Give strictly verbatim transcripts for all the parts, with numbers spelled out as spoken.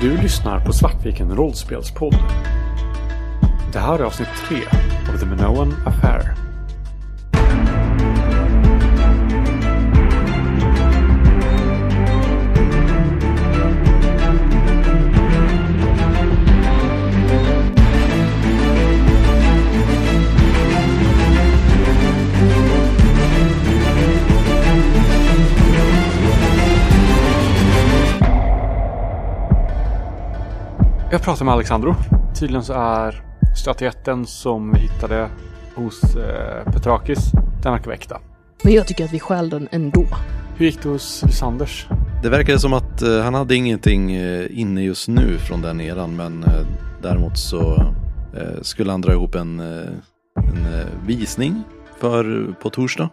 Du lyssnar på Svartviken rollspelspodd. Det här är avsnitt tre av The Minoan Affair. Jag pratar med Alexandro. Tydligen så är statyetten som vi hittade hos eh, Petrakis, den verkar väckta. Men jag tycker att vi stjäl den ändå. Hur gick det hos Lysanders? Det verkade som att eh, han hade ingenting eh, inne just nu från den eran. Men eh, däremot så eh, skulle han dra ihop en, eh, en eh, visning för, på torsdag.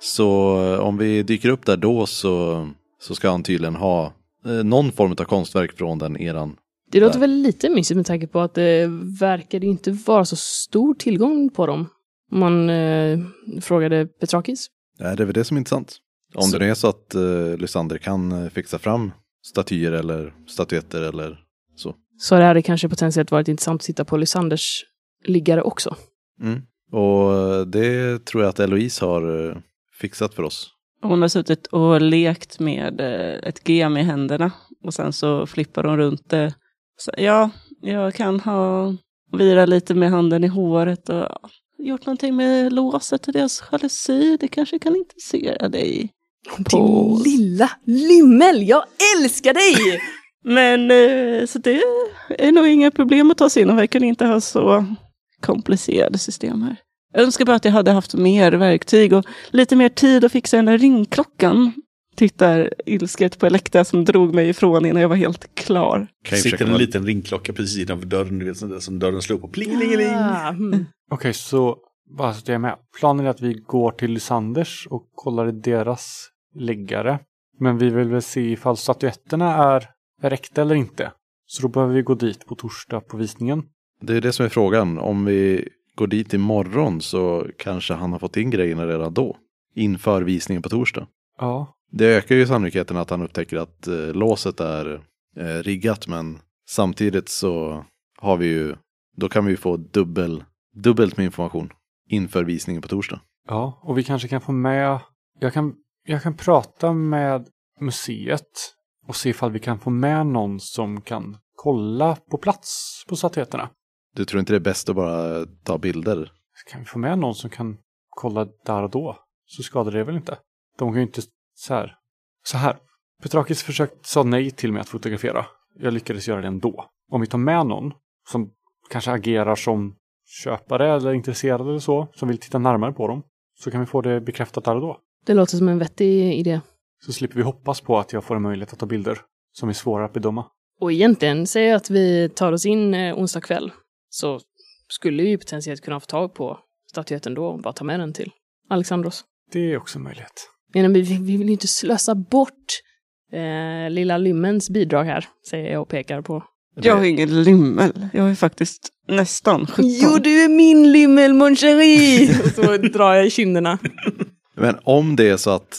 Så eh, om vi dyker upp där då så, så ska han tydligen ha eh, någon form av konstverk från den eran. Det låter väl lite mysigt med tanke på att det verkade inte vara så stor tillgång på dem. Om man eh, frågade Petrakis. Ja, det är väl det som är intressant. Om så. Det är så att eh, Lysander kan fixa fram statyer eller statyetter eller så. Så det hade kanske potentiellt varit intressant att titta på Lysanders liggare också. Mm. Och det tror jag att Eloise har eh, fixat för oss. Hon har suttit och lekt med eh, ett gem i händerna. Och sen så flippar hon runt det. Så, ja, jag kan ha virat lite med handen i håret och gjort någonting med låset och deras jalusi. Det kanske kan intressera dig. Din lilla lymmel, jag älskar dig! Men eh, så det är nog inga problem att ta sig in och verkar inte ha så komplicerade system här. Jag önskar bara att jag hade haft mer verktyg och lite mer tid att fixa den där ringklockan. Tittar ilsket på Elektra som drog mig ifrån innan jag var helt klar. Det sitter en liten ringklocka precis innanför dörren, du vet, som, som dörren slår på. Plingelingeling! Ah, mm. Okej, okay, så bara så det är med. Planen är att vi går till Lysanders och kollar i deras läggare. Men vi vill väl se ifall statyetterna är räckta eller inte. Så då behöver vi gå dit på torsdag på visningen. Det är det som är frågan. Om vi går dit imorgon så kanske han har fått in grejerna redan då. Inför visningen på torsdag. Ja. Det ökar ju sannolikheten att han upptäcker att eh, låset är eh, riggat, men samtidigt så har vi ju, då kan vi ju få dubbel, dubbelt med information inför visningen på torsdag. Ja, och vi kanske kan få med, jag kan, jag kan prata med museet och se ifall vi kan få med någon som kan kolla på plats på statyetterna. Du tror inte det är bäst att bara ta bilder? Kan vi få med någon som kan kolla där och då, så skadar det väl inte. De kan ju inte så här. Så här. Petrakis försökt sa nej till mig att fotografera. Jag lyckades göra det ändå. Om vi tar med någon som kanske agerar som köpare eller intresserad eller så, som vill titta närmare på dem, så kan vi få det bekräftat där och då. Det låter som en vettig idé. Så slipper vi hoppas på att jag får en möjlighet att ta bilder som är svåra att bedöma. Och egentligen, säg att vi tar oss in eh, onsdag kväll, så skulle vi potentiellt kunna få tag på statyetten då och bara ta med den till Alexandros. Det är också en möjlighet. Men vi, vi vill ju inte slösa bort eh, lilla lymmens bidrag här, säger jag och pekar på. Jag har ingen lymmel. Jag är faktiskt nästan sjutton. Jo, du är min lymmel, mon chéri! Och så drar jag i kinderna. Men om det är så att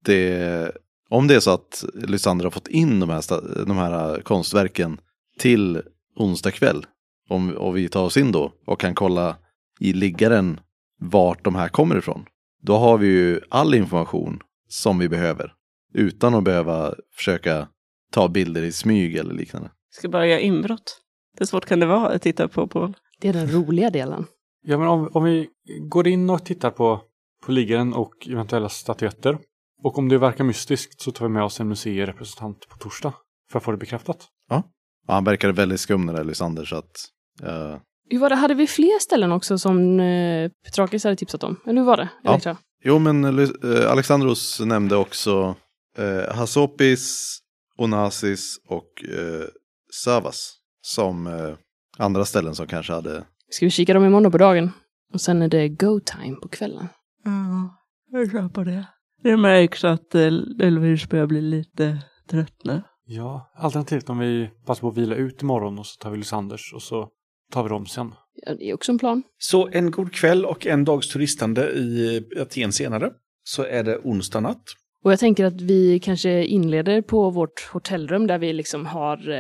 det, om det är så att Lysander har fått in de här, de här konstverken till onsdag kväll, om, och vi tar oss in då och kan kolla i liggaren vart de här kommer ifrån, då har vi ju all information som vi behöver. Utan att behöva försöka ta bilder i smyg eller liknande. Ska bara göra inbrott. Hur svårt kan det vara att titta på, Paul? Det är den roliga delen. Ja, men om, om vi går in och tittar på, på liggaren och eventuella statyetter. Och om det verkar mystiskt så tar vi med oss en museirepresentant på torsdag. För att få det bekräftat. Ja, ja, han verkar väldigt skum den där Lysander, så att... Uh... Hur var det? Hade vi fler ställen också som eh, Petrakis hade tipsat om? Eller hur var det? Ja. Jo, men uh, Alexandros nämnde också uh, Hasopis, Onassis och uh, Savas som uh, andra ställen som kanske hade... Ska vi kika dem imorgon på dagen? Och sen är det go-time på kvällen. Ja, jag tror på det. Det märks att Elvis börjar bli lite trött nu. Ja, alternativt om vi passar på att vila ut imorgon och så tar vi Lysanders och så tar vi dem sen. Ja, det är också en plan. Så en god kväll och en dags turistande i Aten senare. Så är det onsdag natt. Och jag tänker att vi kanske inleder på vårt hotellrum där vi liksom har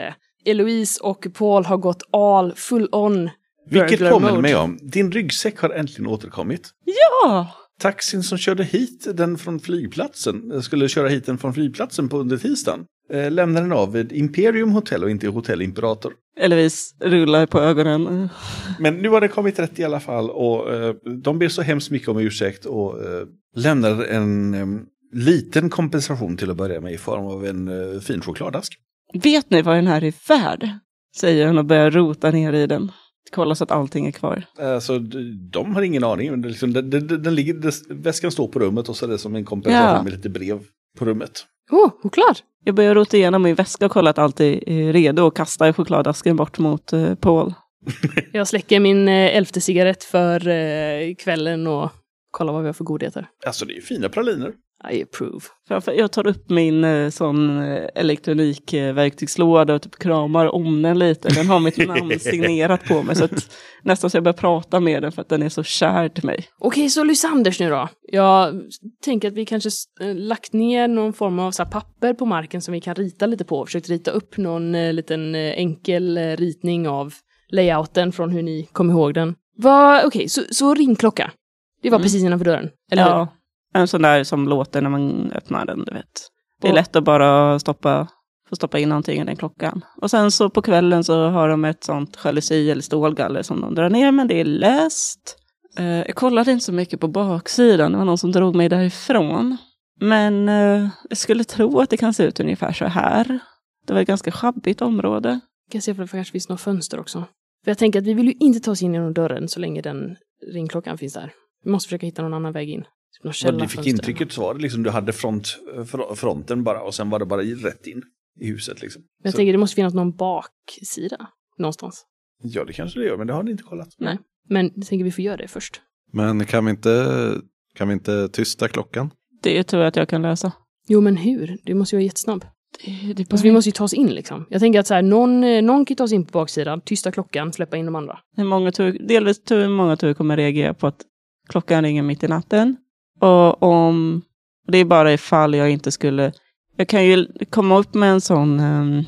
Eloise och Paul har gått all full on. Vilket påminner mig om, din ryggsäck har äntligen återkommit. Ja! Taxin som körde hit den från flygplatsen, skulle köra hit den från flygplatsen på under tisdagen, eh, lämnade den av vid Imperium Hotel och inte Hotel Imperator. Eloise rullar på ögonen. Men nu har det kommit rätt i alla fall och eh, de ber så hemskt mycket om ursäkt och eh, lämnar en eh, liten kompensation till att börja med i form av en eh, fin chokladask. Vet ni vad den här är värd? Säger hon och börjar rota ner i den. Kolla så att allting är kvar. Alltså, de har ingen aning. Men det liksom, den, den, den ligger, det, väskan står på rummet och så är det som en kompensation Ja. med lite brev på rummet. Åh, oh, choklad! Jag börjar rota igenom min väska och kolla att allt är redo och kastar chokladasken bort mot uh, Paul. Jag släcker min eh, elfte cigarett för eh, kvällen och kollar vad vi har för godheter. Alltså, det är ju fina praliner. I approve. Framför, jag tar upp min uh, sån uh, elektronikverktygslåda och typ kramar om den lite. Den har mitt namn signerat på mig så att nästan så jag börjar prata med den för att den är så kär till mig. Okej, så Lysanders nu då. Jag tänker att vi kanske äh, lagt ner någon form av så här, papper på marken som vi kan rita lite på. Försökt rita upp någon äh, liten äh, enkel äh, ritning av layouten från hur ni kom ihåg den. Okej, okay, så, så ringklocka. Det var mm. precis innanför dörren, eller ja, hur? En sån där som låter när man öppnar den, du vet. Det är lätt att bara stoppa, få stoppa in någonting i den klockan. Och sen så på kvällen så har de ett sånt jalusi eller stålgaller som de drar ner, men det är löst. Uh, jag kollade inte så mycket på baksidan, det var någon som drog mig därifrån. Men uh, jag skulle tro att det kan se ut ungefär så här. Det var ett ganska schabbigt område. Jag kan se för det kanske finns några fönster också. För jag tänker att vi vill ju inte ta oss in genom dörren så länge den ringklockan finns där. Vi måste försöka hitta någon annan väg in. Vad du fick intrycket så var det liksom du hade front, fronten bara och sen var det bara rätt in i huset liksom. Men jag så. tänker det måste finnas någon baksida någonstans. Ja, det kanske det gör, men det har ni inte kollat. Nej, men jag tänker vi får göra det först. Men kan vi inte, kan vi inte tysta klockan? Det tror jag att jag kan lösa. Jo, men hur? Det måste ju vara jättesnabb. Det, det alltså, vi måste ju ta oss in liksom. Jag tänker att så här, någon, någon kan ta oss in på baksidan, tysta klockan, släppa in de andra. Hur många tur, delvis hur många tur kommer reagera på att klockan ringer mitt i natten. Och om det är bara ifall jag inte skulle... Jag kan ju komma upp med en sån um,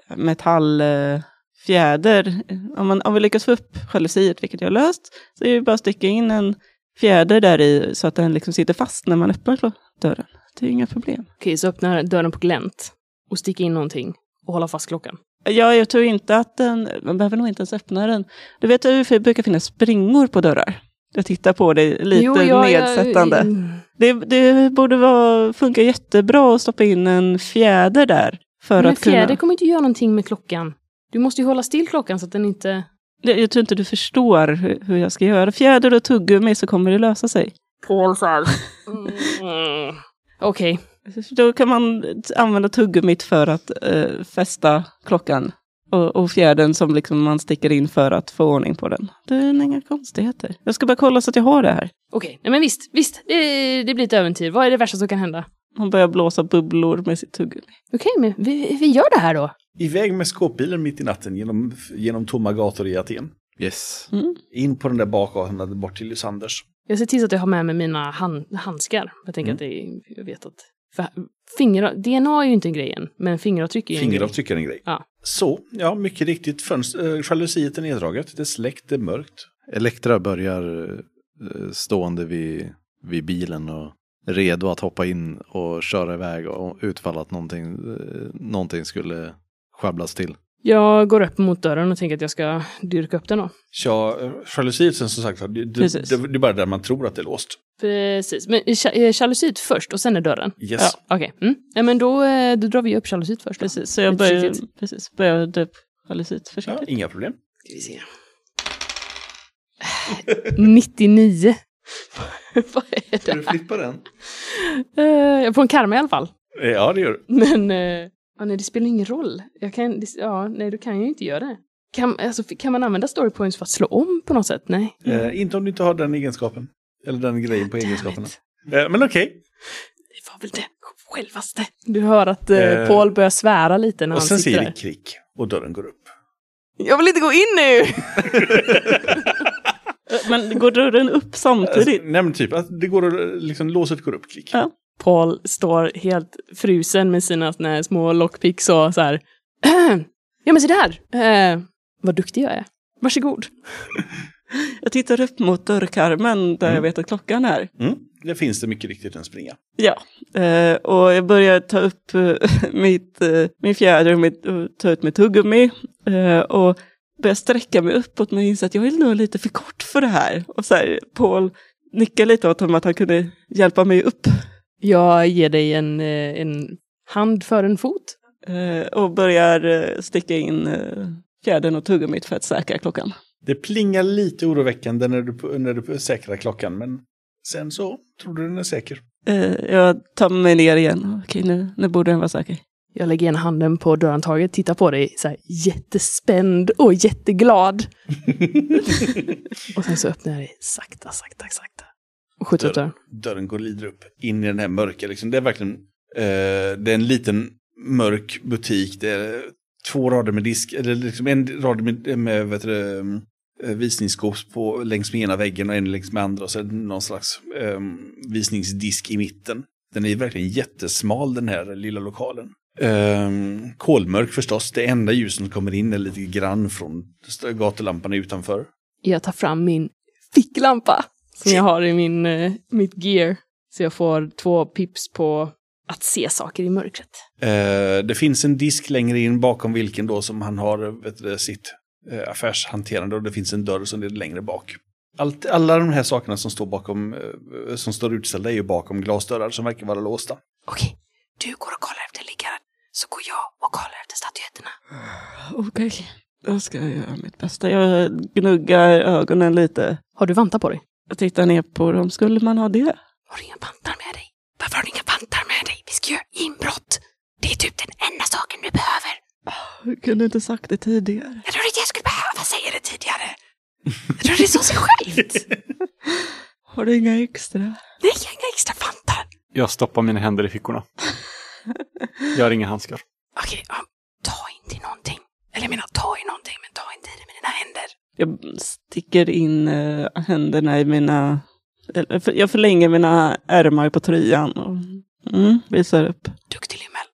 metallfjäder. Uh, om, man, om vi lyckas få upp jalusiet, vilket jag har löst, så är det bara att sticka in en fjäder där i så att den liksom sitter fast när man öppnar dörren. Det är inga problem. Okej, så öppnar dörren på glänt och sticka in någonting och hålla fast klockan. Ja, jag tror inte att den... Man behöver nog inte ens öppna den. Du vet att det brukar finnas springor på dörrar. Jag tittar på det lite jo, ja, nedsättande. Ja, ja. Det, det borde vara, funka jättebra att stoppa in en fjäder där. För men att kunna... fjäder kommer inte göra någonting med klockan. Du måste ju hålla still klockan så att den inte... Jag, jag tror inte du förstår hur, hur jag ska göra. Fjäder och tuggummi så kommer det lösa sig. Paul mm. Okej. Okay. Då kan man använda tuggummit för att uh, fästa klockan. Och, och fjärden som liksom man sticker in för att få ordning på den. Det är inga konstigheter. Jag ska bara kolla så att jag har det här. Okej, okay. Men visst, visst det, det blir ett äventyr. Vad är det värsta som kan hända? Hon börjar blåsa bubblor med sitt tuggummi. Okej, okay, men vi, vi gör det här då. Iväg med skåpbilen mitt i natten genom, genom tomma gator i Aten. Yes. Mm. In på den där bakgatan bort till Lysanders. Jag ser till så att jag har med mig mina hand, handskar. Jag tänker mm. att det är, jag vet att... För finger, D N A är ju inte en grej än, men fingeravtryck är en fingeravtryck är en grej. Ja. Så, ja, mycket riktigt. Fönster, äh, jalusiet är neddraget. Det är släckt, det är mörkt. Elektra börjar äh, stående vid, vid bilen och redo att hoppa in och köra iväg och utfalla att någonting, äh, någonting skulle sjabblas till. Jag går upp mot dörren och tänker att jag ska dyrka upp den då. Ja, jalusiet som sagt, det, det, det, det är bara där man tror att det är låst. Precis, men jalusiet först och sen är dörren? Yes. Ja, okej. Okay. Mm. Ja, men då, då drar vi upp jalusiet först. Då. Precis, så jag börjar, precis, börjar dra upp jalusiet först. Ja, inga problem. Ska vi se. nittionio. Vad är det? Ska du flippa den? Uh, på en karma i alla fall. Ja, det gör du. Men... Uh, Ja, nej, det spelar ingen roll. Jag kan, ja, nej, då kan jag ju inte göra det. Kan, alltså, kan man använda story points för att slå om på något sätt? Nej. Eh, inte om du inte har den egenskapen. Eller den grejen på Damn egenskaperna. Eh, men okej. Okay. Det var väl det självaste. Du hör att eh, eh, Paul börjar svära lite när han sitter där. Och sen säger det klick och dörren går upp. Jag vill inte gå in nu! Men går dörren upp samtidigt? Alltså, nej men typ, att det går att, liksom, låset går upp, klick. Ja. Paul står helt frusen med sina såna små lockpicks och så här. Ja, men se där! Eh, vad duktig jag är. Varsågod. Jag tittar upp mot dörrkarmen där Mm. jag vet att klockan är. Mm. Det finns det mycket riktigt en springa. Ja, eh, och jag börjar ta upp eh, mitt, eh, min fjäder och, mitt, och ta ut mitt tuggummi. Eh, och börjar sträcka mig uppåt men inser att jag är nog lite för kort för det här. Och så här, Paul nickar lite åt honom att han kunde hjälpa mig upp. Jag ger dig en, eh, en hand för en fot. Eh, och börjar eh, sticka in eh, fjädern och tuggummit för att säkra klockan. Det plingar lite oroväckande när du, när du säkrar klockan, men sen så tror du den är säker. Eh, jag tar mig ner igen. Okej, nu, nu borde den vara säker. Jag lägger ena handen på dörrhandtaget, tittar på dig så här jättespänd och jätteglad. Och sen så öppnar jag dig sakta, sakta, sakta. Och skjuter upp dörren. Dörren går lider upp in i den här mörka. Liksom. Det är verkligen eh, det är en liten mörk butik. Det är två rader med disk, eller liksom en rad med, med vet du, visningsskåp på, längs med ena väggen och en längs med andra. Och så är det någon slags eh, visningsdisk i mitten. Den är verkligen jättesmal, den här lilla lokalen. Um, kolmörk förstås. Det enda ljuset som kommer in är lite grann från gatulampan utanför. Jag tar fram min ficklampa som jag har i min, uh, mitt gear. Så jag får två pips på att se saker i mörkret. Uh, det finns en disk längre in bakom vilken då som han har vet du, sitt uh, affärshanterande, och det finns en dörr som är längre bak. Allt, alla de här sakerna som står bakom uh, som står utställda är ju bakom glasdörrar som verkar vara låsta. Okej, du går och kollar efter liggaren. Så går jag och kollar efter statyetterna. Okej, okay. Jag ska göra mitt bästa. Jag gnuggar ögonen lite. Har du vantar på dig? Jag tittar ner på dem. Skulle man ha det? Har du inga vantar med dig? Varför har du inga vantar med dig? Vi ska göra inbrott. Det är typ den enda saken du behöver. Jag kunde inte sagt det tidigare. Jag trodde inte jag skulle behöva säga det tidigare. Jag trodde det så sig självt. Har du inga extra? Nej, inga extra vantar. Jag stoppar mina händer i fickorna. Jag har inga handskar. Okej, um, ta inte i någonting. Eller jag menar, ta i någonting, men ta inte i det med dina händer. Jag sticker in uh, händerna i mina... Eller, för, jag förlänger mina ärmar på tröjan och mm, visar upp. Duktig Limmel.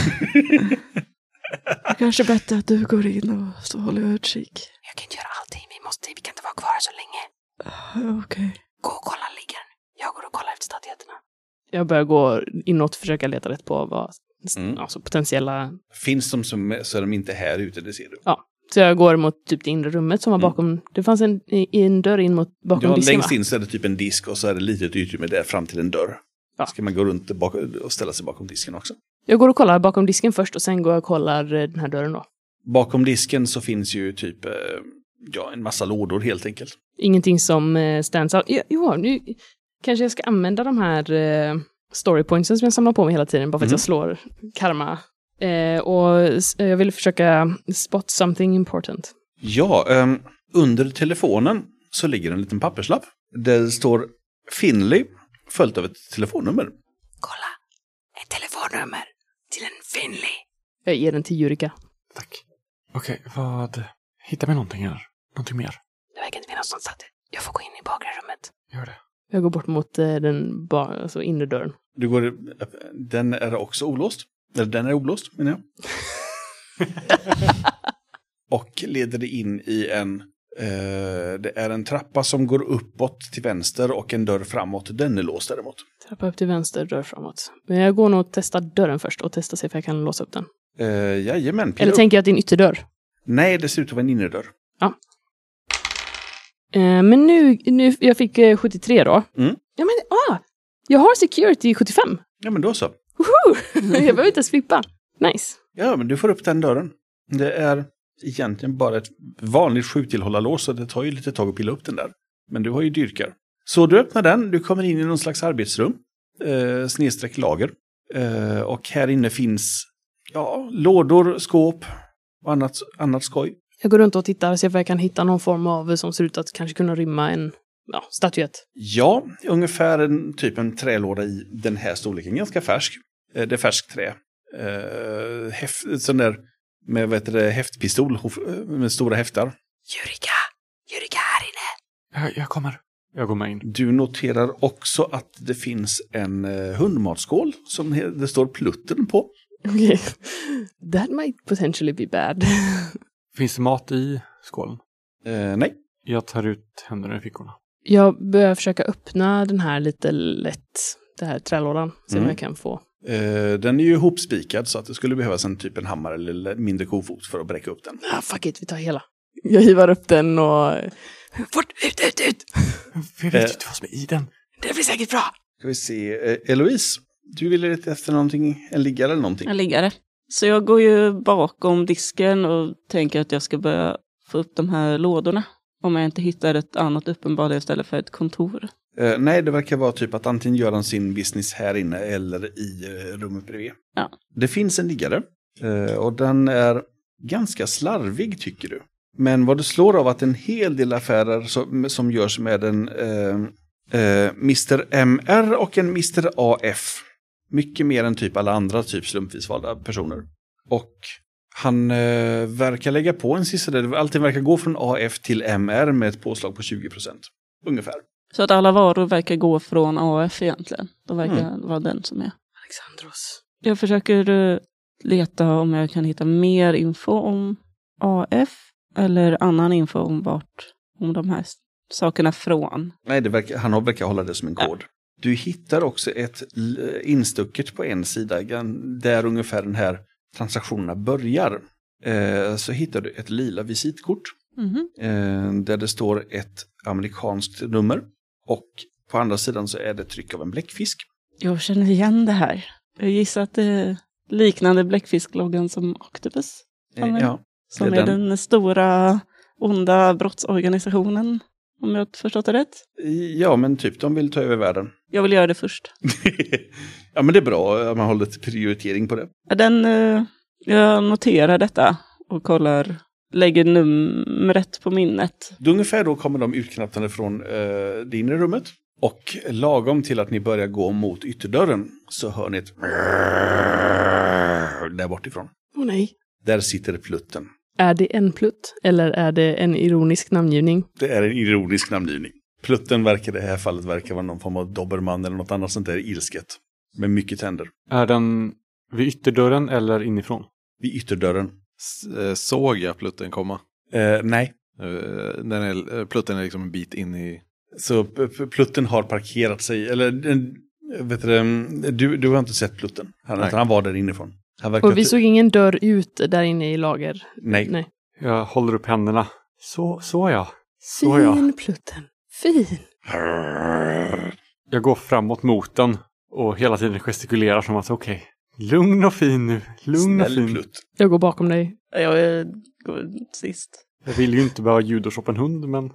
Det kanske är bättre att du går in och så håller jag utkik. Jag kan inte göra allting. Vi, måste, vi kan inte vara kvar så länge. Uh, Okej. Okay. Gå och kolla liggaren. Jag går och kollar efter statyetterna. Jag börjar gå inåt och försöka leta rätt på vad mm. alltså potentiella... Finns de som, så är de inte här ute, det ser du. Ja, så jag går mot typ det inre rummet som var bakom... Mm. Det fanns en, en dörr in mot bakom ja, disken, längst va? in så är det typ en disk och så är det lite utrymme där fram till en dörr. Ja. Ska man gå runt och ställa sig bakom disken också. Jag går och kollar bakom disken först och sen går jag och kollar den här dörren då. Bakom disken så finns ju typ ja, en massa lådor helt enkelt. Ingenting som stands out. Jo, nu kanske jag ska använda de här uh, storypointsen som jag samlar på mig hela tiden bara för mm. att jag slår karma. Uh, och jag vill försöka spot something important. Ja, um, under telefonen så ligger en liten papperslapp. Där står Finley följt av ett telefonnummer. Kolla, ett telefonnummer till en Finley. Jag ger den till Jurika. Tack. Okej, okay, vad... Hittar vi någonting här? Någonting mer? Det verkar inte finnas någonstans. Jag får gå in i bakre rummet. Gör det. Jag går bort mot eh, den bar, alltså inre dörren. Du går... Den är också olåst. Eller den är olåst, menar jag. Och leder dig in i en... Eh, det är en trappa som går uppåt till vänster och en dörr framåt. Den är låst däremot. Trappa upp till vänster, dörr framåt. Men jag går nog och testar dörren först och testar se if jag kan låsa upp den. Eh, jajamän. Eller upp. Tänker jag att det är en ytterdörr? Nej, det ser ut att vara en innerdörr. Ja. Eh, men nu, nu, jag fick eh, sjuttiotre då. Mm. Ja men, ah! Jag har security sjuttiofem. Ja men då så. Jag behöver inte ens flippa. Nice. Ja men du får upp den dörren. Det är egentligen bara ett vanligt sjutillhållarlås så det tar ju lite tag att pilla upp den där. Men du har ju dyrkar. Så du öppnar den, du kommer in i någon slags arbetsrum. Eh, snedsträck lager. Eh, och här inne finns ja, lådor, skåp och annat, annat skoj. Jag går runt och tittar och ser om jag kan hitta någon form av som ser ut att kanske kunna rymma en ja, statyett. Ja, ungefär en typ en trälåda i den här storleken. Ganska färsk. Det är färsk trä. Uh, hef, sån där med vad heter det, häftpistol med stora häftar. Jurika! Jurika här inne! Jag, jag kommer. Jag går med in. Du noterar också att det finns en uh, hundmatskål som det står Plutten på. Okej. That might potentially be bad. Finns det mat i skålen? Eh, nej. Jag tar ut händerna i fickorna. Jag börjar försöka öppna den här lite lätt, det här trälådan, se Mm. om jag kan få. Eh, den är ju ihopspikad så att det skulle behövas en typ en hammare eller mindre kofot för att bräcka upp den. Ah, fuck it, vi tar hela. Jag hivar upp den och... Fort, ut, ut, ut! Vi vet Eh. inte vad som är i den. Det blir säkert bra. Ska vi se. Eh, Eloise, du ville leta efter någonting, en liggare eller någonting? En liggare. Så jag går ju bakom disken och tänker att jag ska börja få upp de här lådorna. Om jag inte hittar ett annat uppenbarligen istället för ett kontor. Eh, nej, det verkar vara typ att antingen gör han sin business här inne eller i eh, rummet bredvid. Ja. Det finns en liggare eh, och den är ganska slarvig tycker du. Men vad du slår av att en hel del affärer som, som görs med en eh, eh, mister M R och en mister A F. Mycket mer än typ alla andra typ slumpvis valda personer. Och han eh, verkar lägga på en sista del. Allting verkar gå från A F till M R med ett påslag på tjugo procent. Ungefär. Så att alla varor verkar gå från A F egentligen. De verkar Mm. vara den som är. Alexandros. Jag försöker uh, leta om jag kan hitta mer info om A F. Eller annan info om vart, om de här sakerna från. Nej, det verkar, han verkar hålla det som en kod. Du hittar också ett l- instucket på en sida gan- där ungefär den här transaktionerna börjar. Eh, så hittar du ett lila visitkort Mhm. eh, där det står ett amerikanskt nummer. Och på andra sidan så är det tryck av en bläckfisk. Jag känner igen det här. Jag gissar att det är liknande bläckfiskloggan som Octopus. Eh, Ja, men- ja, Som det är är den. den stora onda brottsorganisationen. Om jag har förstått det rätt. ja, men typ de vill ta över världen. Jag vill göra det först. Ja, men det är bra att man håller lite prioritering på det. Ja, Den, eh, jag noterar detta och kollar, lägger numret på minnet. Då ungefär då kommer de utknappande från eh, det inre rummet. Och lagom till att ni börjar gå mot ytterdörren så hör ni ett där bortifrån. Åh nej. Där sitter plutten. Är det en plutt eller är det en ironisk namngivning? Det är en ironisk namngivning. Plutten verkar i det här fallet verkar vara någon form av dobermann eller något annat sånt där ilsket. Med mycket tänder. Är den vid ytterdörren eller inifrån? Vid ytterdörren. S- eh, såg jag plutten komma? Eh, nej. Eh, Den är, eh, plutten är liksom en bit in i... Så p- p- plutten har parkerat sig. Eller den- vet du, det, du, du har inte sett plutten. Han, Nej. utan han var där inifrån. Han verkar Och vi såg ingen dörr ut där inne i lager. Nej. Nej. Jag håller upp händerna. Så, så ja. Så ja. Fin plutten. Fin. Jag går framåt mot den och hela tiden gestikulerar som att okej, lugn och fin nu. Lugn och Snäll fin. plutt. Jag går bakom dig. Jag är, går sist. Jag vill ju inte behöva judoshoppa en hund, men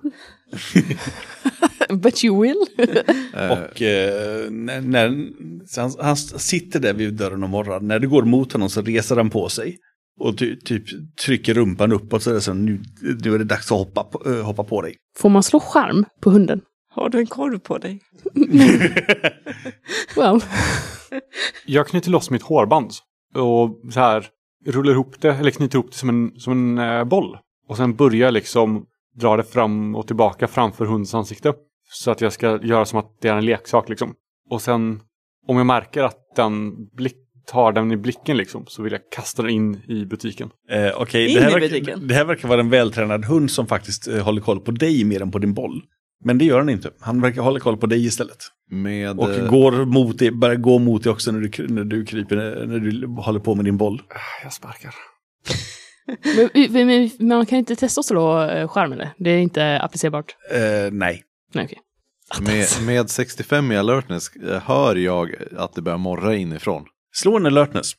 But you will. Eh, Och eh, när, när så han, han sitter där vid dörren och morrar. När du går mot honom så reser han på sig. Och ty, typ trycker rumpan uppåt så är det så nu, nu är det dags att hoppa på, äh, hoppa på dig. Får man slå charm på hunden? Har du en korv på dig? Well. jag knyter loss mitt hårband och så här rullar ihop det, eller knyter ihop det som en, som en eh, boll. Och sen börjar jag liksom dra det fram och tillbaka framför hundens ansikte. Så att jag ska göra som att det är en leksak liksom. Och sen om jag märker att den blick, tar den i blicken liksom, så vill jag kasta den in i butiken. Eh, Okej, In det, här i verkar- butiken. det här verkar vara en vältränad hund som faktiskt eh, håller koll på dig mer än på din boll. Men det gör han inte. Han verkar hålla koll på dig istället. med, Och eh, går mot dig, börjar gå mot dig också när du, när du kryper, när du håller på med din boll. Jag sparkar. Men, men, men man kan inte testa att slå eh, skärm eller? Det är inte applicerbart. Eh, nej. Nej, okej. med, med sextiofem i alertness eh, hör jag att det börjar morra inifrån. Slå en alertness.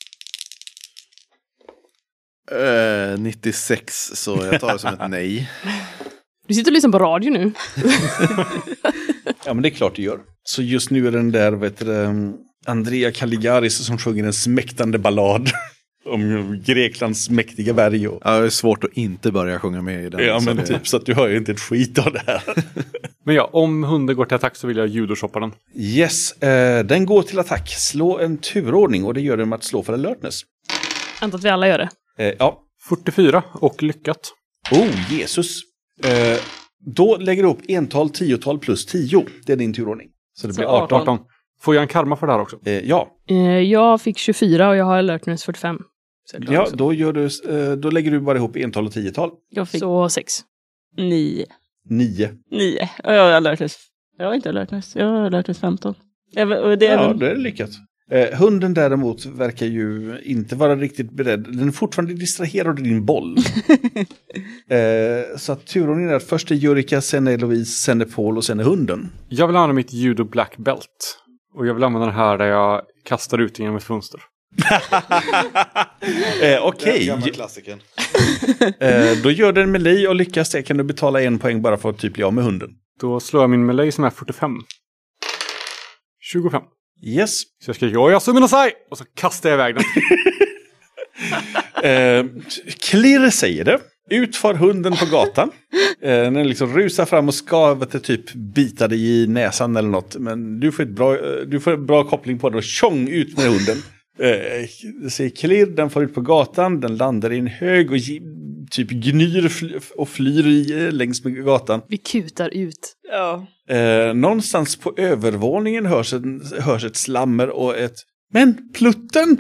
Eh, nittiosex, så jag tar det som ett nej. Du sitter och lyssnar på radio nu. Ja, men det är klart du gör. Så just nu är den där, vet du, um, Andrea Caligaris som sjunger en smäktande ballad om Greklands mäktiga berg. Och... Ja, det är svårt att inte börja sjunga med i den. Ja, så men det- typ så att du hör ju inte ett skit av det här. Men ja, om hunden går till attack så vill jag judoshoppa den. Yes, eh, den går till attack. Slå en turordning och det gör den med att slå för alertness. Antar att vi alla gör det. Eh, ja. fyrtiofyra och lyckat. Oh, Jesus. Eh, då lägger du upp ental, tiotal plus tio. Det är din turordning. Så det blir Så arton. arton. Får jag en karma för det här också? Eh, ja. Eh, jag fick tjugofyra och jag har alertness fyrtiofem. Så, jag Ja, då, gör du, eh, då lägger du bara ihop ental och tiotal. Jag fick så sex. nio. Nio. Nio. Och jag har alertness. Jag har inte alertness. Jag har alertness femton. Även, och det är Ja, även... det är lyckat. Eh, hunden däremot verkar ju inte vara riktigt beredd. Den är fortfarande distraherad av din boll. eh, så att turordningen är att först är Jurika, sen är Louise, sen är Paul och sen är hunden. Jag vill använda mitt judo black belt. Och jag vill använda den här där jag kastar ut genom ett fönster. eh, Okej. Gamla klassikern. eh, då gör den melee och lyckas det kan du betala en poäng bara för att typ bli av med hunden. Då slår jag min melee som är fyrtiofem. tjugofem. Yes. Så jag ska göra jag suminasai och så kastar jag iväg den. eh, Klirr säger det. Utför hunden på gatan. Eh, den liksom rusar fram och ska vet du, typ bita dig i näsan eller något. Men du får ett bra, du får en bra koppling på det och tjong ut med hunden. Eh, det säger klirr, den får ut på gatan. Den landar i en hög och ge, typ gnyr fly, och flyr i, längs med gatan. Vi kutar ut. Ja. Eh, någonstans på övervåningen hörs, en, hörs ett slammer och ett men plutten!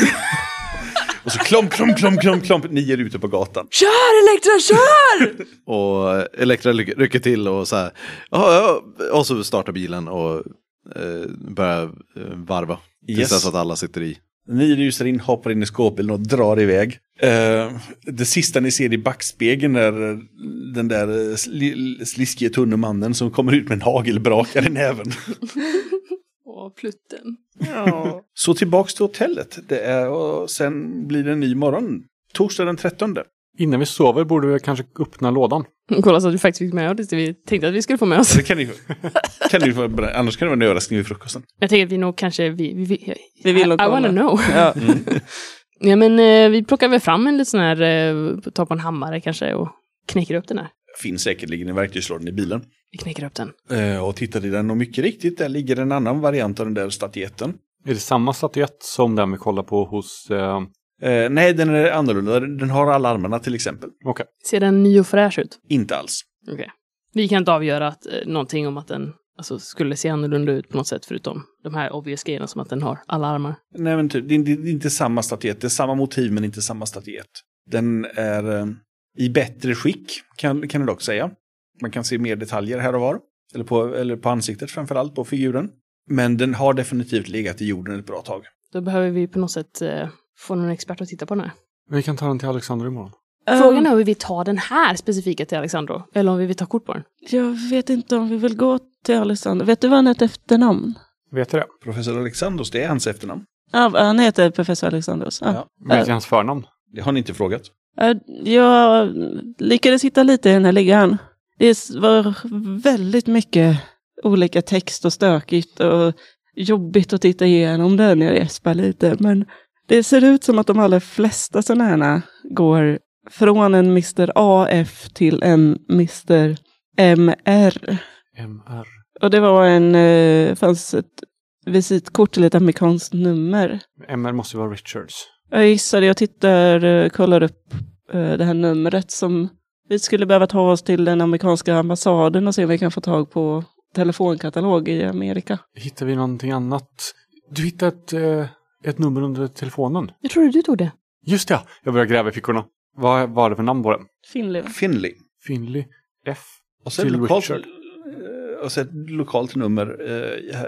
Och så klomp, klomp, klomp, klomp, klomp. Ni är ute på gatan. Kör Elektra, kör! Och Elektra rycker till och så här. Ja, ja, och så startar bilen och eh, börjar eh, varva. Tills Yes. dess att alla sitter i. Ni rusar in, hoppar in i skåpbilen och drar iväg. Eh, det sista ni ser i backspegeln är den där sli, sliskige tunnemannen som kommer ut med en hagelbrakare i näven. Åh, plutten. Ja. Så tillbaks till hotellet. Det är, och sen blir det en ny morgon. Torsdag den trettonde. Innan vi sover borde vi kanske öppna lådan. Kolla så att vi faktiskt fick med oss det vi tänkte att vi skulle få med oss. Det kan ni, kan ni få, annars kan det vara en överraskning vid frukosten. Jag tänker att vi nog kanske, vi, vi, vi, Vi vill nog I, I wanna kolla. know. Ja. Mm. Ja men eh, vi plockar väl fram en liten sån här, eh, tar på en hammare kanske och knäcker upp den här. Finns säkerligen i verktygslådan i bilen. Vi knäcker upp den. Eh, och tittar i den och mycket riktigt, där ligger en annan variant av den där statyetten. Är det samma statyett som den vi kollar på hos... Eh, Eh, nej, den är annorlunda. Den har alla armarna till exempel. Okej. Ser den ny och fräsch ut? Inte alls. Okej. Okay. Vi kan inte avgöra att, eh, någonting om att den alltså, skulle se annorlunda ut på något sätt förutom de här obvious grejerna som att den har alla armar. Nej, men typ, det, är inte, det är inte samma statyett. Det är samma motiv men inte samma statyett. Den är eh, i bättre skick kan, kan jag dock säga. Man kan se mer detaljer här och var. Eller på, eller på ansiktet framförallt, på figuren. Men den har definitivt legat i jorden ett bra tag. Då behöver vi på något sätt eh, få någon expert att titta på den här. Vi kan ta den till Alexander imorgon. Frågan är om vi vill ta den här specifika till Alexandro. Eller om vi vill ta kort på den. Jag vet inte om vi vill gå till Alexander. Vet du vad han heter efternamn? Vet du det? Professor Alexandros, det är hans efternamn. Ja, han heter professor Alexandros. Ja. Ja. Vet jag hans förnamn? Det har ni inte frågat. Ja, jag lyckades hitta lite i den här liggaren. Det var väldigt mycket olika text och stökigt och jobbigt att titta igenom den. Jag gäspar lite, men det ser ut som att de allra flesta sådana här går från en mister A F till en mister M R. M R. Och det var en, eh, fanns ett visitkort till ett amerikanskt nummer. M R måste ju vara Richards. Jag gissade, jag tittar, eh, kollar upp eh, det här numret som vi skulle behöva ta oss till den amerikanska ambassaden och se om vi kan få tag på telefonkatalog i Amerika. Hittar vi någonting annat? Du hittade ett, eh, ett nummer under telefonen. Jag trodde du tog det. Just det, jag börjar gräva i fickorna. Vad var det för namn på den? Finley. Finley. Finley F. Och sen, Till lokalt, Richard. eh, och sen ett lokalt nummer, eh,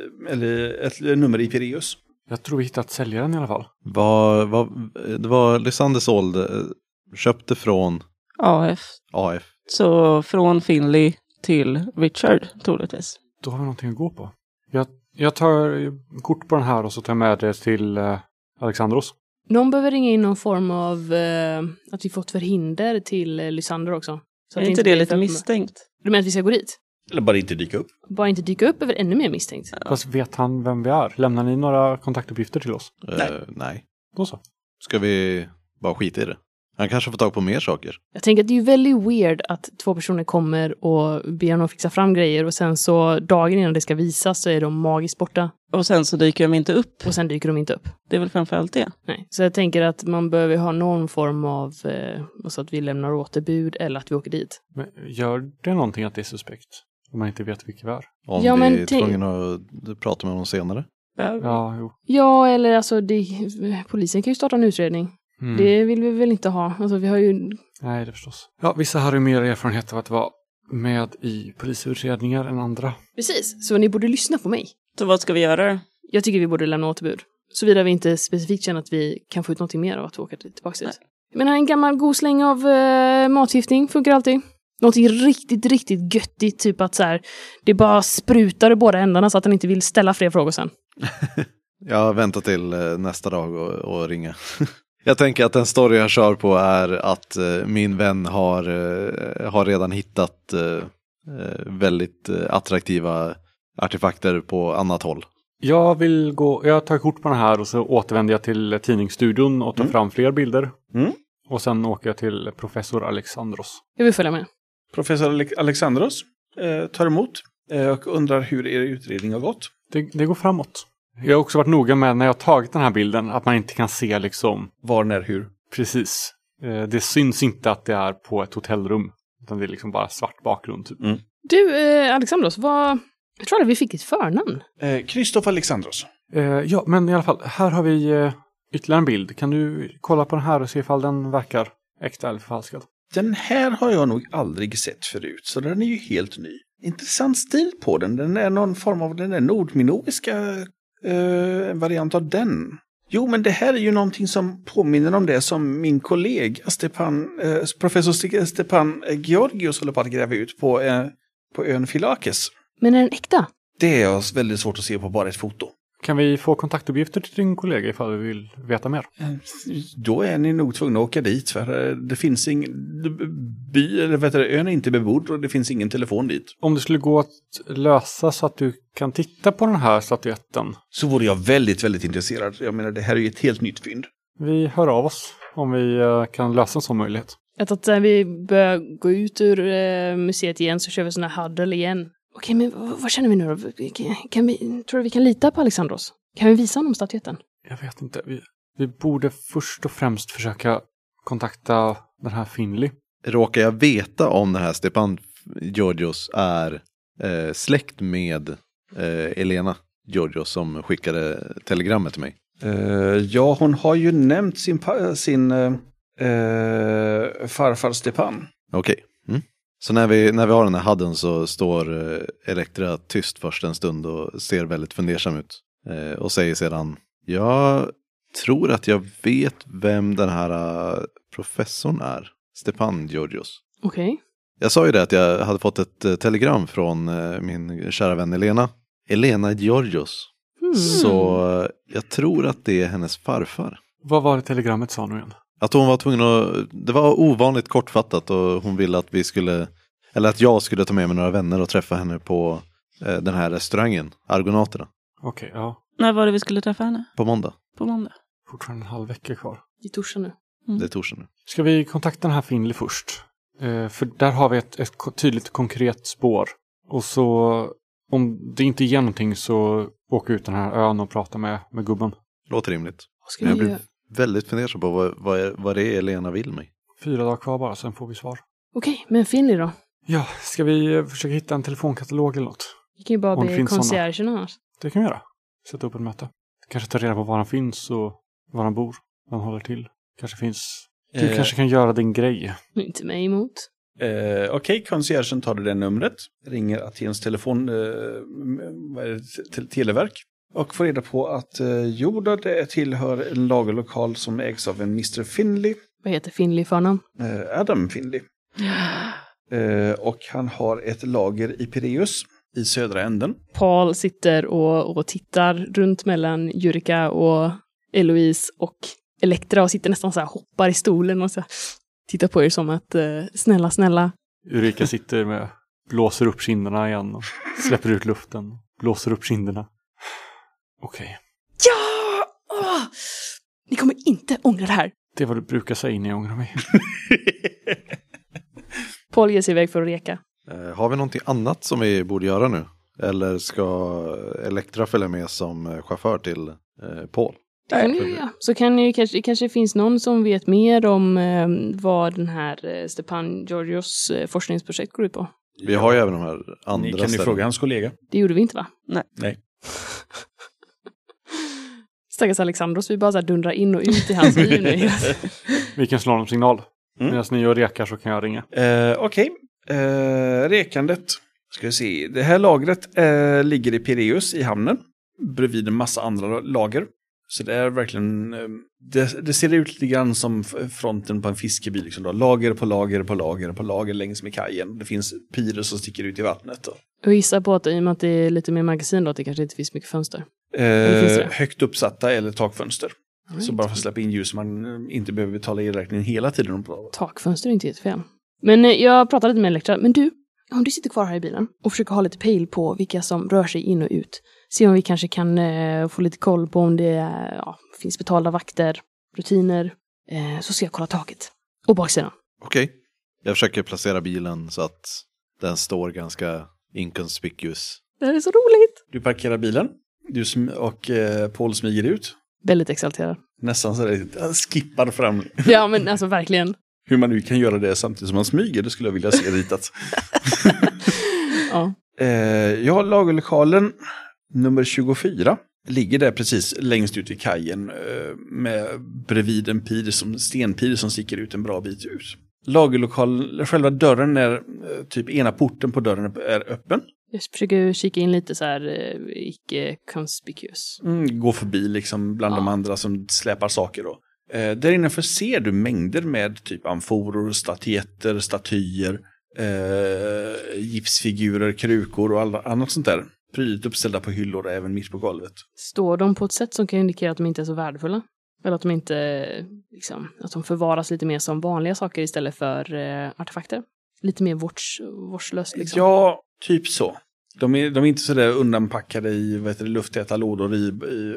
eller ett nummer i Pireus. Jag tror vi hittat säljaren i alla fall. Vad, vad, det var Lysander sålde, köpte från A F. A F. Så från Finley till Richard, troligtvis. Då har vi någonting att gå på. Jag, jag tar kort på den här och så tar jag med det till eh, Alexandros. Någon behöver ringa in någon form av eh, att vi fått förhinder till eh, Lysander också. Så Är att inte blir det lite för- misstänkt? Du menar att vi ska gå dit? Eller bara inte dyka upp. Bara inte dyka upp är väl ännu mer misstänkt. Fast vet han vem vi är? Lämnar ni några kontaktuppgifter till oss? Nej. Eh, nej. Då så. Ska vi bara skita i det? Han kanske får tag på mer saker. Jag tänker att det är ju väldigt weird att två personer kommer och ber honom fixa fram grejer och sen så dagen innan det ska visas så är de magiskt borta Och sen så dyker de inte upp. och sen dyker de inte upp. Det är väl framförallt det. Nej. Så jag tänker att man behöver ha någon form av eh, så att vi lämnar återbud eller att vi åker dit. Men gör det någonting att det är suspekt? Om man inte vet vilka vi är. Om Ja, vi men är tänk- tvungna att prata med honom senare. Ja, jo. Ja, eller alltså det, polisen kan ju starta en utredning. Mm. Det vill vi väl inte ha. Alltså vi har ju... Nej, det förstås. Ja, vissa har ju mer erfarenhet av att vara med i polisutredningar än andra. Precis, så ni borde lyssna på mig. Så vad ska vi göra? Jag tycker vi borde lämna återbud. Såvida vi inte specifikt känner att vi kan få ut någonting mer av att åka tillbaka dit. Jag menar, en gammal god släng av eh, matgifting funkar alltid. Någonting riktigt, riktigt göttigt. Typ att så här, det bara sprutar i båda ändarna så att han inte vill ställa fler frågor sen. Jag väntar till eh, nästa dag och, och ringa. Jag tänker att den story jag kör på är att eh, min vän har, eh, har redan hittat eh, eh, väldigt eh, attraktiva artefakter på annat håll. Jag vill gå, jag tar kort på den här och så återvänder jag till tidningsstudion och tar Mm. fram fler bilder. Mm. Och sen åker jag till professor Alexandros. Jag vill följa med. Professor Ale- Alexandros eh, tar emot eh, och undrar hur er utredning har gått. Det, det går framåt. Jag har också varit noga med när jag har tagit den här bilden att man inte kan se liksom Var, när, hur. precis. Eh, det syns inte att det är på ett hotellrum. Utan det är liksom bara svart bakgrund. Typ. Mm. Du, eh, Alexandros, vad... Jag tror att vi fick ett förnamn. Eh, Kristoff Alexandros. Eh, ja, men i alla fall, här har vi eh, ytterligare en bild. Kan du kolla på den här och se ifall den verkar äkta eller förfalskad? Den här har jag nog aldrig sett förut, så den är ju helt ny. Intressant stil på den. Den är någon form av den där nordminoiska eh, variant av den. Jo, men det här är ju någonting som påminner om det som min kollega Stepan, eh, professor Stepan Georgios håller på att gräva ut på, eh, på ön Philakes. Men är den äkta? Det är väldigt svårt att se på bara ett foto. Kan vi få kontaktuppgifter till din kollega ifall vi vill veta mer? Då är ni nog tvungna att åka dit, för det finns ingen by, eller vet du, ön är inte bebodd och det finns ingen telefon dit. Om det skulle gå att lösa så att du kan titta på den här statyetten. Så vore jag väldigt, väldigt intresserad. Jag menar, det här är ju ett helt nytt fynd. Vi hör av oss om vi eh, kan lösa en sån möjlighet. Jag tror att när vi börjar gå ut ur eh, museet igen så kör vi såna här huddle igen. Okej, men vad, vad känner vi nu då? Kan vi, tror du vi kan lita på Alexandros? Kan vi visa honom statyetten? Jag vet inte. Vi, vi borde först och främst försöka kontakta den här Finley. Råkar jag veta om den här Stepan Georgios är eh, släkt med eh, Elena Georgios som skickade telegrammet till mig? Uh, ja, hon har ju nämnt sin, pa- sin uh, uh, farfar Stepan. Okej. Mm. Så när vi, när vi har den här hadden så står eh, Elektra tyst först en stund och ser väldigt fundersam ut. Eh, och säger sedan, jag tror att jag vet vem den här uh, professorn är. Stepan Georgios. Okej. Jag sa ju det att jag hade fått ett eh, telegram från eh, min kära vän Elena. Elena Georgios. Hmm. Så eh, jag tror att det är hennes farfar. Vad var det telegrammet sa nu igen? Att hon var tvungen att, det var ovanligt kortfattat och hon ville att vi skulle, eller att jag skulle ta med mig några vänner och träffa henne på eh, den här restaurangen, Argonaterna, Okej, ja. När var det vi skulle träffa henne? på måndag. På måndag. Fortfarande en halv vecka kvar. I torsdag nu. Mm. Det är torsdag nu. Ska vi kontakta den här Finley först? Eh, för där har vi ett, ett ko- tydligt konkret spår. Och så om det inte ger någonting så åker ut den här ön och prata med, med gubben. Låter rimligt. Vad ska Men vi jag göra? blir väldigt fundersam på vad, vad, är, vad det är Elena vill mig. Fyra dagar kvar bara, sen får vi svar. Okej, men Finley då? Ja, ska vi eh, försöka hitta en telefonkatalog eller något? Vi kan ju bara Om det be finns såna. conciergen annars. Det kan vi göra. Sätta upp ett möte. Kanske ta reda på var han finns och var han bor. Var han håller till. Kanske finns... Du Eh. kanske kan göra din grej. Inte mig emot. Eh, Okej, okay, conciergen tar det numret. Ringer Atens telefon, eh, vad är det, te- televerk. Och får reda på att eh, jo, då, det tillhör en lagerlokal som ägs av en mister Finley. Vad heter Finley i förnamn? Eh, Adam Finley. Eh, och han har ett lager i Pireus i södra änden. Paul sitter och, och tittar runt mellan Jurika och Eloise och Elektra och sitter nästan så här, hoppar i stolen och så här, tittar på er som att eh, snälla, snälla. Ulrika sitter med... Blåser upp kinderna igen och släpper ut luften. Blåser upp kinderna. Okej. Ja! Åh! Ni kommer inte ångra det här. Det är vad du brukar säga när jag ångrar mig. Paul ger sig iväg för att reka. Eh, har vi någonting annat som vi borde göra nu? Eller ska Elektra följa med som eh, chaufför till eh, Paul? Det kan ni göra. Så kan ni kanske, kanske finns någon som vet mer om eh, vad den här eh, Stepan Georgios eh, forskningsprojekt går ut på. Vi har ju även de här andra Ni kan ju ställen. fråga hans kollega. Det gjorde vi inte, va? Nej. Nej. Stackars Alexandros, vi bara så här dundrar in och ut i hans liv nu. Vi kan slå honom signal. Mm. Medan ni gör rekar så kan jag ringa. Eh, Okej, okay. eh, rekandet. Ska vi se. Det här lagret eh, ligger i Pireus i hamnen. Bredvid en massa andra lager. Så det är verkligen, eh, det, det ser ut lite grann som fronten på en fiskebil. Liksom då. Lager på lager på lager på lager längs med kajen. Det finns pirer som sticker ut i vattnet. Då. Jag gissar på att i och med att det är lite mer magasin då, att det kanske inte finns mycket fönster. Eh, högt uppsatta eller takfönster. Right. Så bara för att släppa in ljus så man inte behöver betala elräkningen hela tiden. Takfönster är inte jättefel. Men eh, jag pratade lite med Elektra. Men du, om du sitter kvar här i bilen och försöker ha lite pejl på vilka som rör sig in och ut. Se om vi kanske kan eh, få lite koll på om det eh, ja, finns betalda vakter, rutiner. Eh, så ska jag kolla taket. Och baksidan. Okej. Okay. Jag försöker placera bilen så att den står ganska inconspicuous. Det här är så roligt. Du parkerar bilen. Du sm- och eh, Paul smyger ut. Väldigt exalterad. Nästan så där, han skippar fram. Ja, men alltså verkligen. Hur man nu kan göra det samtidigt som man smyger, det skulle jag vilja se ritat. Ja. Eh, ja, lagerlokalen nummer tjugofyra ligger där precis längst ut vid kajen eh, med bredvid en pir som, stenpir som sticker ut en bra bit ut. Lagerlokalen, själva dörren är eh, typ ena porten på dörren är öppen. Jag försöker kika in lite så här eh, icke-conspicuous. Mm, gå förbi liksom bland Ja. de andra som släpar saker då. Eh, där innanför ser du mängder med typ amforor, statyetter, statyer, eh, gipsfigurer, krukor och alla, annat sånt där. Prydligt uppställda på hyllor även mitt på golvet. Står de på ett sätt som kan indikera att de inte är så värdefulla? Eller att de inte, liksom, att de förvaras lite mer som vanliga saker istället för eh, artefakter? Lite mer vårds, vårdslöst liksom. Ja, typ så. De är, de är inte så där undanpackade i vad heter det, lufttäta lådor i, i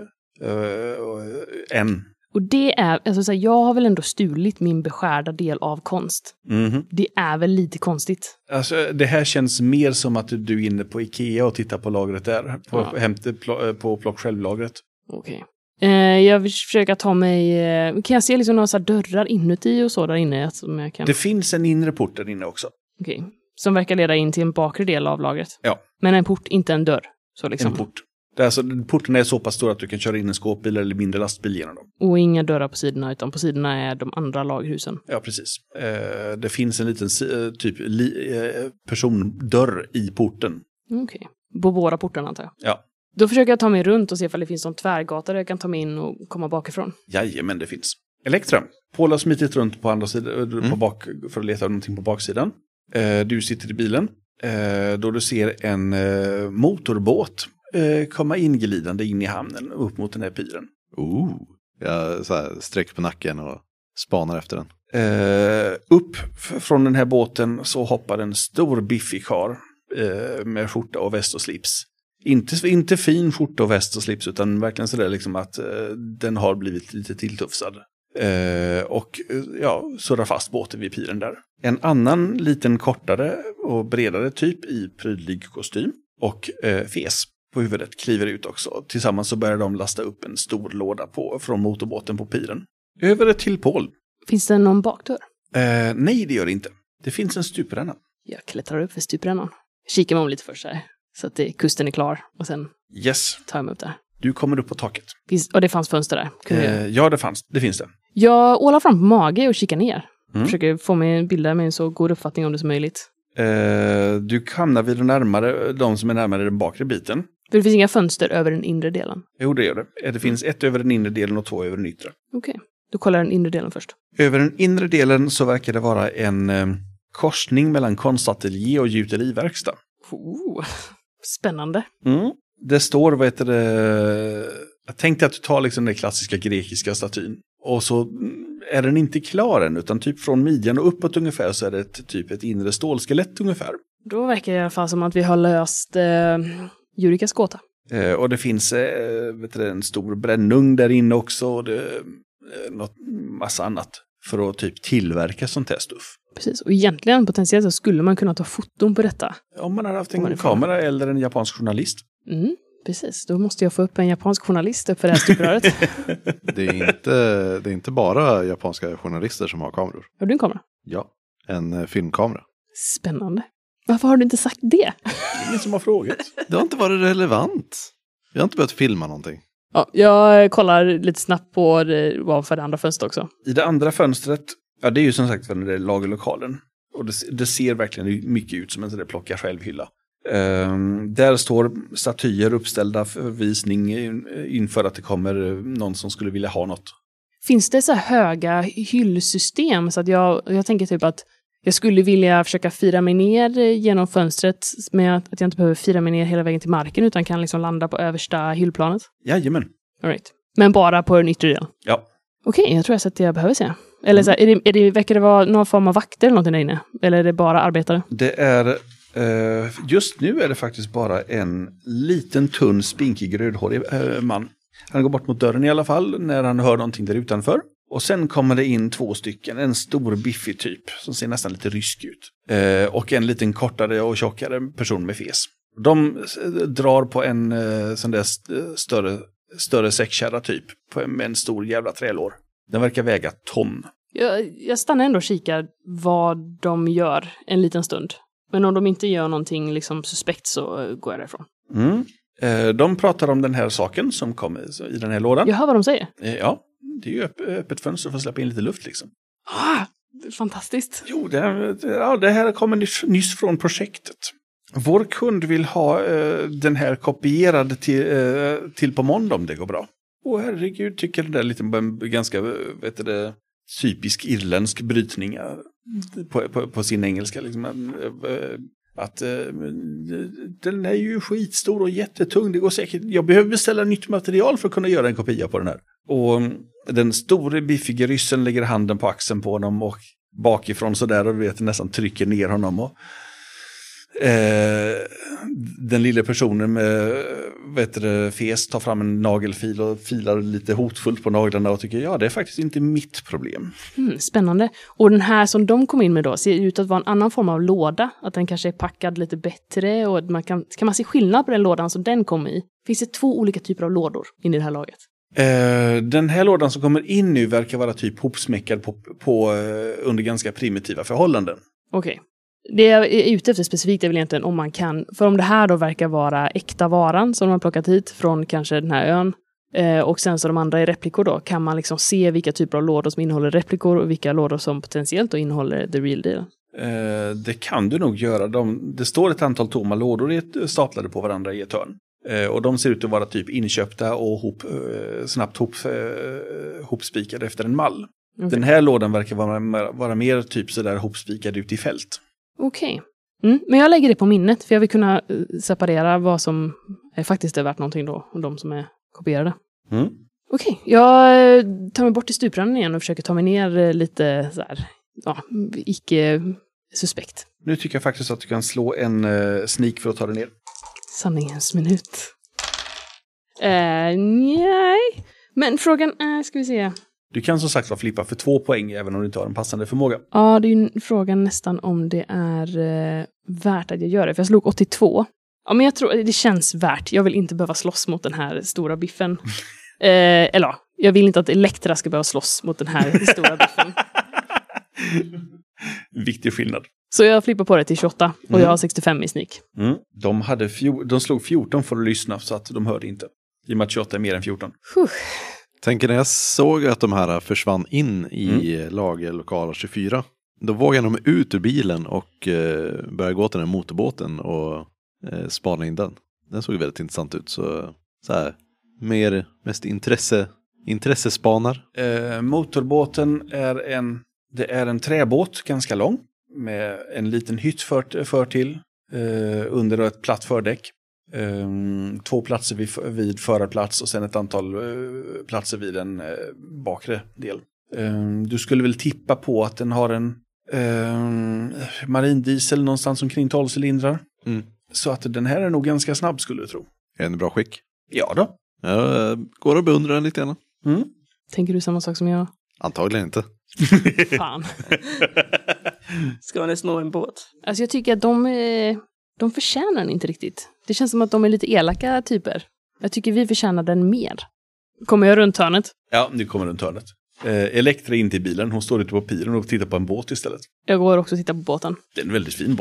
uh, än. Och det är, alltså så här, jag har väl ändå stulit min beskärda del av konst. Mm-hmm. Det är väl lite konstigt. Alltså, det här känns mer som att du är inne på Ikea och tittar på lagret där. På, Ja. hämte, pl- på plock själv-lagret. Okej. Eh, jag vill försöka ta mig, eh, kan jag se liksom några så här dörrar inuti och så där inne? Som jag kan... Det finns en inre port där inne också. Okej. Som verkar leda in till en bakre del av lagret. Ja. Men en port, inte en dörr. Så liksom. En port. Det är alltså, porten är så pass stor att du kan köra in en skåpbil eller mindre lastbil genom dem. Och inga dörrar på sidorna, utan på sidorna är de andra laghusen. Ja, precis. Eh, det finns en liten eh, typ li, eh, persondörr i porten. Okej. På båda portarna antar jag. Ja. Då försöker jag ta mig runt och se ifall det finns någon tvärgata där jag kan ta mig in och komma bakifrån. Jajamän, det finns. Elektra. Paul har smitit runt på andra sidan Mm. på bak, för att leta någonting på baksidan. Eh, du sitter i bilen. Eh, då du ser en eh, motorbåt eh, komma inglidande in i hamnen upp mot den här piren. Ooh. Jag så här, sträcker på nacken och spanar efter den. Eh, upp f- från den här båten så hoppar en stor biffig karl eh, med skjorta och väst och slips. Inte, inte fin skjorta och väst och slips utan verkligen sådär liksom att eh, den har blivit lite tilltufsad. Eh, och eh, ja, surrar fast båten vid piren där. En annan liten kortare och bredare typ i prydlig kostym och eh, fes på huvudet kliver ut också. Tillsammans så börjar de lasta upp en stor låda på, från motorbåten på piren. Över till Paul. Finns det någon bakdörr? Eh, nej, det gör det inte. Det finns en stupränna. Jag klättrar upp för stuprännan. Kikar mig om lite först så här. Så att det, kusten är klar. Och sen Yes, tar jag mig upp där. du kommer upp på taket. Finns, och det fanns fönster där. Kunde jag... Eh, ja, det fanns. Det finns det. Jag ålar fram på mage och kikar ner. Mm. Försöker få mig en bild med en så god uppfattning om det som möjligt. Eh, du hamnar vid de närmare, de som är närmare den bakre biten. För det finns inga fönster över den inre delen. Jo, det gör det. Det finns ett över den inre delen och två över den yttre. Okej, då kollar jag den inre delen först. Över den inre delen så verkar det vara en eh, korsning mellan konstateljé och gjuteriverkstad. Oh, spännande. Mm. Det står, vad heter det, jag tänkte att du tar liksom den klassiska grekiska statyn. Och så mm, är den inte klar än, utan typ från midjan och uppåt ungefär så är det ett, typ ett inre stålskelett ungefär. Då verkar det i alla fall som att vi har löst eh, Jurikas gåta. Eh, och det finns eh, vet du, en stor brännugn där inne också och det, eh, något, massa annat för att typ tillverka sånt här stuff. Precis, och egentligen potentiellt så skulle man kunna ta foton på detta. Om man hade haft Kommer en det fram? kamera eller en japansk journalist. Mm, precis, då måste jag få upp en japansk journalist upp för det här stupröret. Det är inte, det är inte bara japanska journalister som har kameror. Har du en kamera? Ja, en eh, filmkamera. Spännande. Varför har du inte sagt det? Det är ingen som har frågat. Det har inte varit relevant. Jag har inte börjat filma någonting. Ja, jag kollar lite snabbt på det, för det andra fönstret också. I det andra fönstret, ja det är ju som sagt för den där lagerlokalen. Och det, det ser verkligen mycket ut som en sån där plocka självhylla. Um, där står statyer uppställda för visning inför att det kommer någon som skulle vilja ha något. Finns det så här höga hyllsystem så att jag, jag tänker typ att jag skulle vilja försöka fira mig ner genom fönstret med att jag inte behöver fira mig ner hela vägen till marken utan kan liksom landa på översta hyllplanet? Jajamän. All right. Men bara på den yttre delen? Ja. Okej, okay, jag tror jag att jag behöver se. Eller så här, är det, är det, verkar det vara någon form av vakter eller någonting där inne? Eller är det bara arbetare? Det är, eh, just nu är det faktiskt bara en liten, tunn, spinkig, rödhårig eh, man. Han går bort mot dörren i alla fall när han hör någonting där utanför. Och sen kommer det in två stycken, en stor biffig typ som ser nästan lite rysk ut. Eh, och en liten kortare och tjockare person med fes. De drar på en eh, sån där st- större, större säckkärra typ på, med en stor jävla trälår. Den verkar väga ton. Jag, jag stannar ändå och kikar vad de gör en liten stund. Men om de inte gör någonting liksom suspekt så går jag därifrån. Mm. Eh, de pratar om den här saken som kommer i den här lådan. Jag hör vad de säger. Eh, ja, det är ju öpp- öppet fönster för att släppa in lite luft liksom. Ah, fantastiskt. Jo, det här, ja, det här kommer nyss, nyss från projektet. Vår kund vill ha eh, den här kopierad till, eh, till på måndag om det går bra. Åh herregud, tycker det där är lite ganska, vet du det, typisk irländsk brytning på, på, på sin engelska. Liksom. Att den är ju skitstor och jättetung. Det går säkert. Jag behöver beställa nytt material för att kunna göra en kopia på den här. Och den stora biffiga ryssen lägger handen på axeln på honom och bakifrån sådär och du vet nästan trycker ner honom och Eh, den lilla personen med vet du, fes tar fram en nagelfil och filar lite hotfullt på naglarna och tycker ja, det är faktiskt inte mitt problem. Mm, spännande. Och den här som de kom in med då ser ut att vara en annan form av låda. Att den kanske är packad lite bättre och man kan, kan man se skillnad på den lådan som den kom i? Finns det två olika typer av lådor in i det här laget? Eh, den här lådan som kommer in nu verkar vara typ hopsmäckad på, på, uh, under ganska primitiva förhållanden. Okej. Okay. Det jag är ute efter specifikt är väl egentligen om man kan, för om det här då verkar vara äkta varan som de har plockat hit från kanske den här ön eh, och sen så de andra är replikor då, kan man liksom se vilka typer av lådor som innehåller replikor och vilka lådor som potentiellt då innehåller the real deal? Eh, det kan du nog göra. De, det står ett antal tomma lådor i ett, staplade på varandra i ett hörn. Eh, och de ser ut att vara typ inköpta och hop, eh, snabbt hop, eh, hopspikade efter en mall. Okay. Den här lådan verkar vara, vara mer typ sådär hopspikad ut i fält. Okej. Okay. Mm, men jag lägger det på minnet för jag vill kunna separera vad som är faktiskt är värt någonting då och de som är kopierade. Mm. Okej, okay. Jag tar mig bort till stupranden igen och försöker ta mig ner lite så här, ja, icke suspekt. Nu tycker jag faktiskt att du kan slå en uh, sneak för att ta dig ner. Sanningens minut. Uh, nej, men frågan är, ska vi se. Du kan som sagt vara flippa för två poäng även om du inte har en passande förmåga. Ja, det är ju frågan nästan om det är uh, värt att jag gör det. För jag slog åttiotvå. Ja, men jag tror det känns värt. Jag vill inte behöva slåss mot den här stora biffen. uh, eller ja, jag vill inte att Elektra ska behöva slåss mot den här stora biffen. Viktig skillnad. Så jag flippar på det till tjugoåtta och mm. jag har sextiofem i sneak. Mm. De, hade fjor- de slog fjorton för att lyssna så att de hörde inte. I och med att tjugoåtta är mer än fjorton. Huh. Tänker när jag såg att de här försvann in i mm. lagerlokal tjugofyra. Då vågade de ut ur bilen och eh, började gå till den motorbåten och eh, spana in den. Den såg väldigt intressant ut. Så, så här, mer, mest intresse, intressespanar. Eh, motorbåten är en, det är en träbåt ganska lång. Med en liten hytt för, för till eh, under ett platt fördäck. Eh, två platser vid, vid förarplats och sen ett antal eh, platser vid en eh, bakre del. Eh, du skulle väl tippa på att den har en eh, marindiesel någonstans omkring tolv cylindrar. Mm. Så att den här är nog ganska snabb skulle du tro. Är den i bra skick? Ja då. Jag går och beundrar den lite grann. Mm. Tänker du samma sak som jag? Antagligen inte. Fan. Ska ni snå en båt? Alltså jag tycker att de, de förtjänar den inte riktigt. Det känns som att de är lite elaka typer. Jag tycker vi förtjänar den mer. Kommer jag runt hörnet? Ja, nu kommer runt hörnet. Eh, Elektra in till bilen. Hon står ute på piren och tittar på en båt istället. Jag går också och tittar på båten. Det är en väldigt fin båt.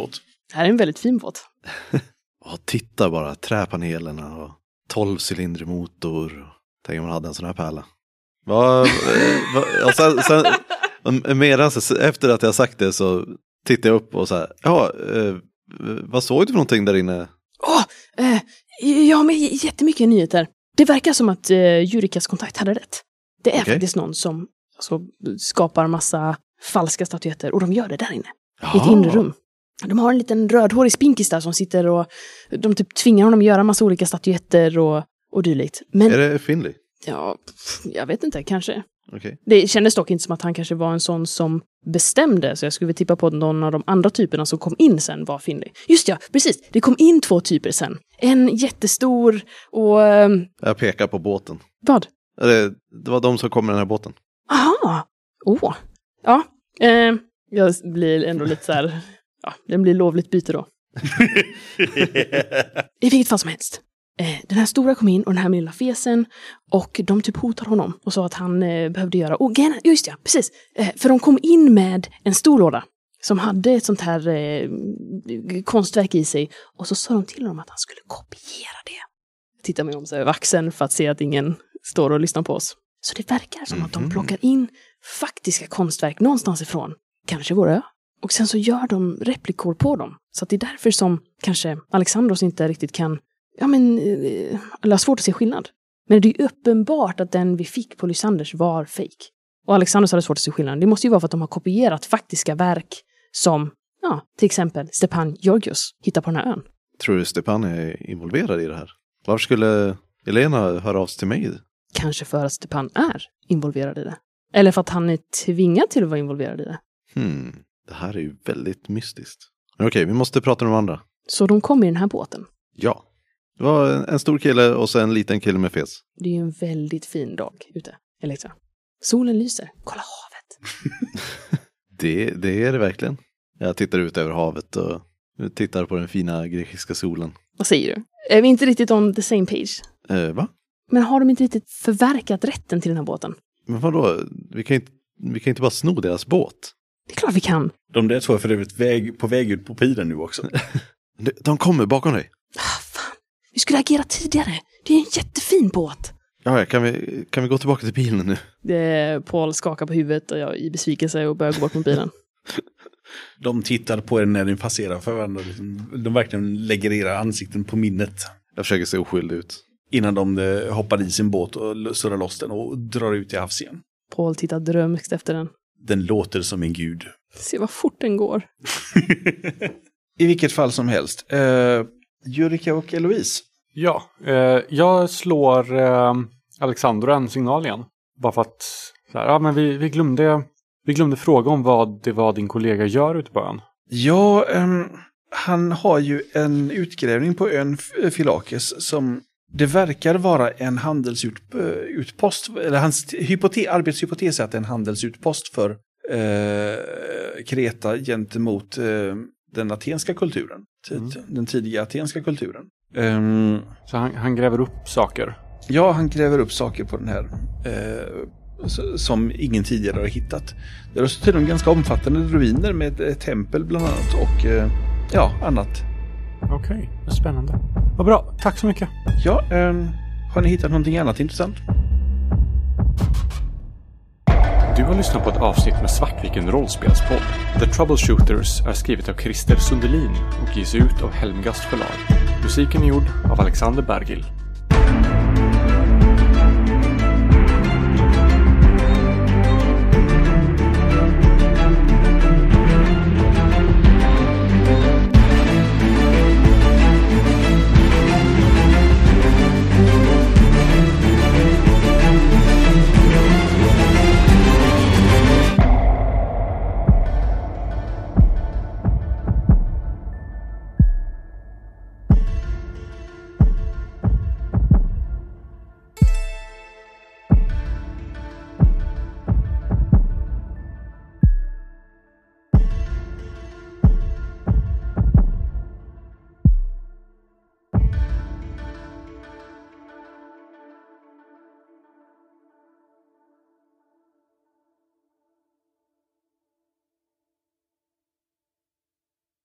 Det här är en väldigt fin båt. Ja, titta bara, träpanelerna och tolv-cylindrig motor. Tänk om man hade en sån här pärla. Va, va, och sen, sen, medan, efter att jag sagt det så tittar jag upp och så här, ja, eh, vad såg du för någonting där inne? Åh, oh, eh, jag har med jättemycket nyheter. Det verkar som att eh, Jurikas kontakt hade rätt. Det är okay. faktiskt någon som alltså, skapar massa falska statyetter och de gör det där inne. I ett inre rum. De har en liten rödhårig spinkis där som sitter och de typ tvingar honom att göra massa olika statyetter och, och dylikt. Men, är det Finley? Ja, jag vet inte, kanske. Okay. Det kändes dock inte som att han kanske var en sån som bestämde, så jag skulle tippa på att någon av de andra typerna som kom in sen var Finley. Just ja, precis. Det kom in två typer sen. En jättestor och... Um... Jag pekar på båten. Vad? Det, det var de som kom med den här båten. Aha! Åh! Oh. Ja, eh, jag blir ändå lite så här... Ja, den blir lovligt byte då. I vilket fall som helst. Eh, den här stora kom in och den här med lilla fesen och de typ hotar honom och sa att han eh, behövde göra. Och gärna, just ja, precis. Eh, för de kom in med en stor låda som hade ett sånt här eh, konstverk i sig och så sa de till honom att han skulle kopiera det. Jag tittar mig om så över axeln för att se att ingen står och lyssnar på oss. Så det verkar som mm-hmm. att de plockar in faktiska konstverk någonstans ifrån. Kanske vår ö. Och sen så gör de replikor på dem. Så att det är därför som kanske Alexandros inte riktigt kan... Ja men, eller har svårt att se skillnad. Men det är ju uppenbart att den vi fick på Lysanders var fake. Och Alexandros hade svårt att se skillnad. Det måste ju vara för att de har kopierat faktiska verk som, ja, till exempel Stepan Georgios hittar på den här ön. Tror du Stepan är involverad i det här? Varför skulle Elena höra av sig till mig? Kanske för att Stepan är involverad i det. Eller för att han är tvingad till att vara involverad i det. Hmm, det här är ju väldigt mystiskt. Men okej, vi måste prata med de andra. Så de kom i den här båten? Ja. Det var en, en stor kille och sen en liten kille med fes. Det är ju en väldigt fin dag ute, Elektra. Solen lyser. Kolla havet. det, det är det verkligen. Jag tittar ut över havet och tittar på den fina grekiska solen. Vad säger du? Är vi inte riktigt on the same page? Eh, va? Men har de inte riktigt förverkat rätten till den här båten? Men vadå? Vi kan inte, vi kan inte bara sno deras båt. Det är klart vi kan. De där två är för övrigt väg, på väg ut på piren nu också. de, de kommer bakom dig. Ah, fan. Vi skulle agera tidigare. Det är en jättefin båt. Ja, kan vi, kan vi gå tillbaka till bilen nu? Det, Paul skakar på huvudet och jag i besvikelse och börjar gå bort med bilen. De tittar på er när ni passerar för varandra. De verkligen lägger era ansikten på minnet. Jag försöker se oskyldig ut. Innan de hoppar i sin båt och surrar loss den och drar ut i havs igen. Paul tittar drömskt efter den. Den låter som en gud. Se vad fort den går. I vilket fall som helst. Uh, Jurika och Eloise. Ja, eh, jag slår eh, Alexandro en signal igen. Bara för att så här, ja, men vi, vi, glömde, vi glömde fråga om vad det var din kollega gör ute på ön. Ja, um, han har ju en utgrävning på ön Philakes som det verkar vara en handelsutpost. Eller hans hypote, arbetshypotes är att det är en handelsutpost för eh, Kreta gentemot eh, den atenska kulturen. Mm. Den tidiga atenska kulturen. Um, Så han, han gräver upp saker? Ja, han gräver upp saker på den här eh, som ingen tidigare har hittat. Det är tydligen ganska omfattande ruiner med ett tempel bland annat och eh, ja, annat. Okej, okay, spännande. Vad bra, tack så mycket. Ja, um, har ni hittat någonting annat intressant? Du har lyssnat på ett avsnitt med Svartviken rollspelspodd. The Troubleshooters är skrivet av Christer Sundelin och ges ut av Helmgast förlag. Musiken är gjord av Alexander Bergil.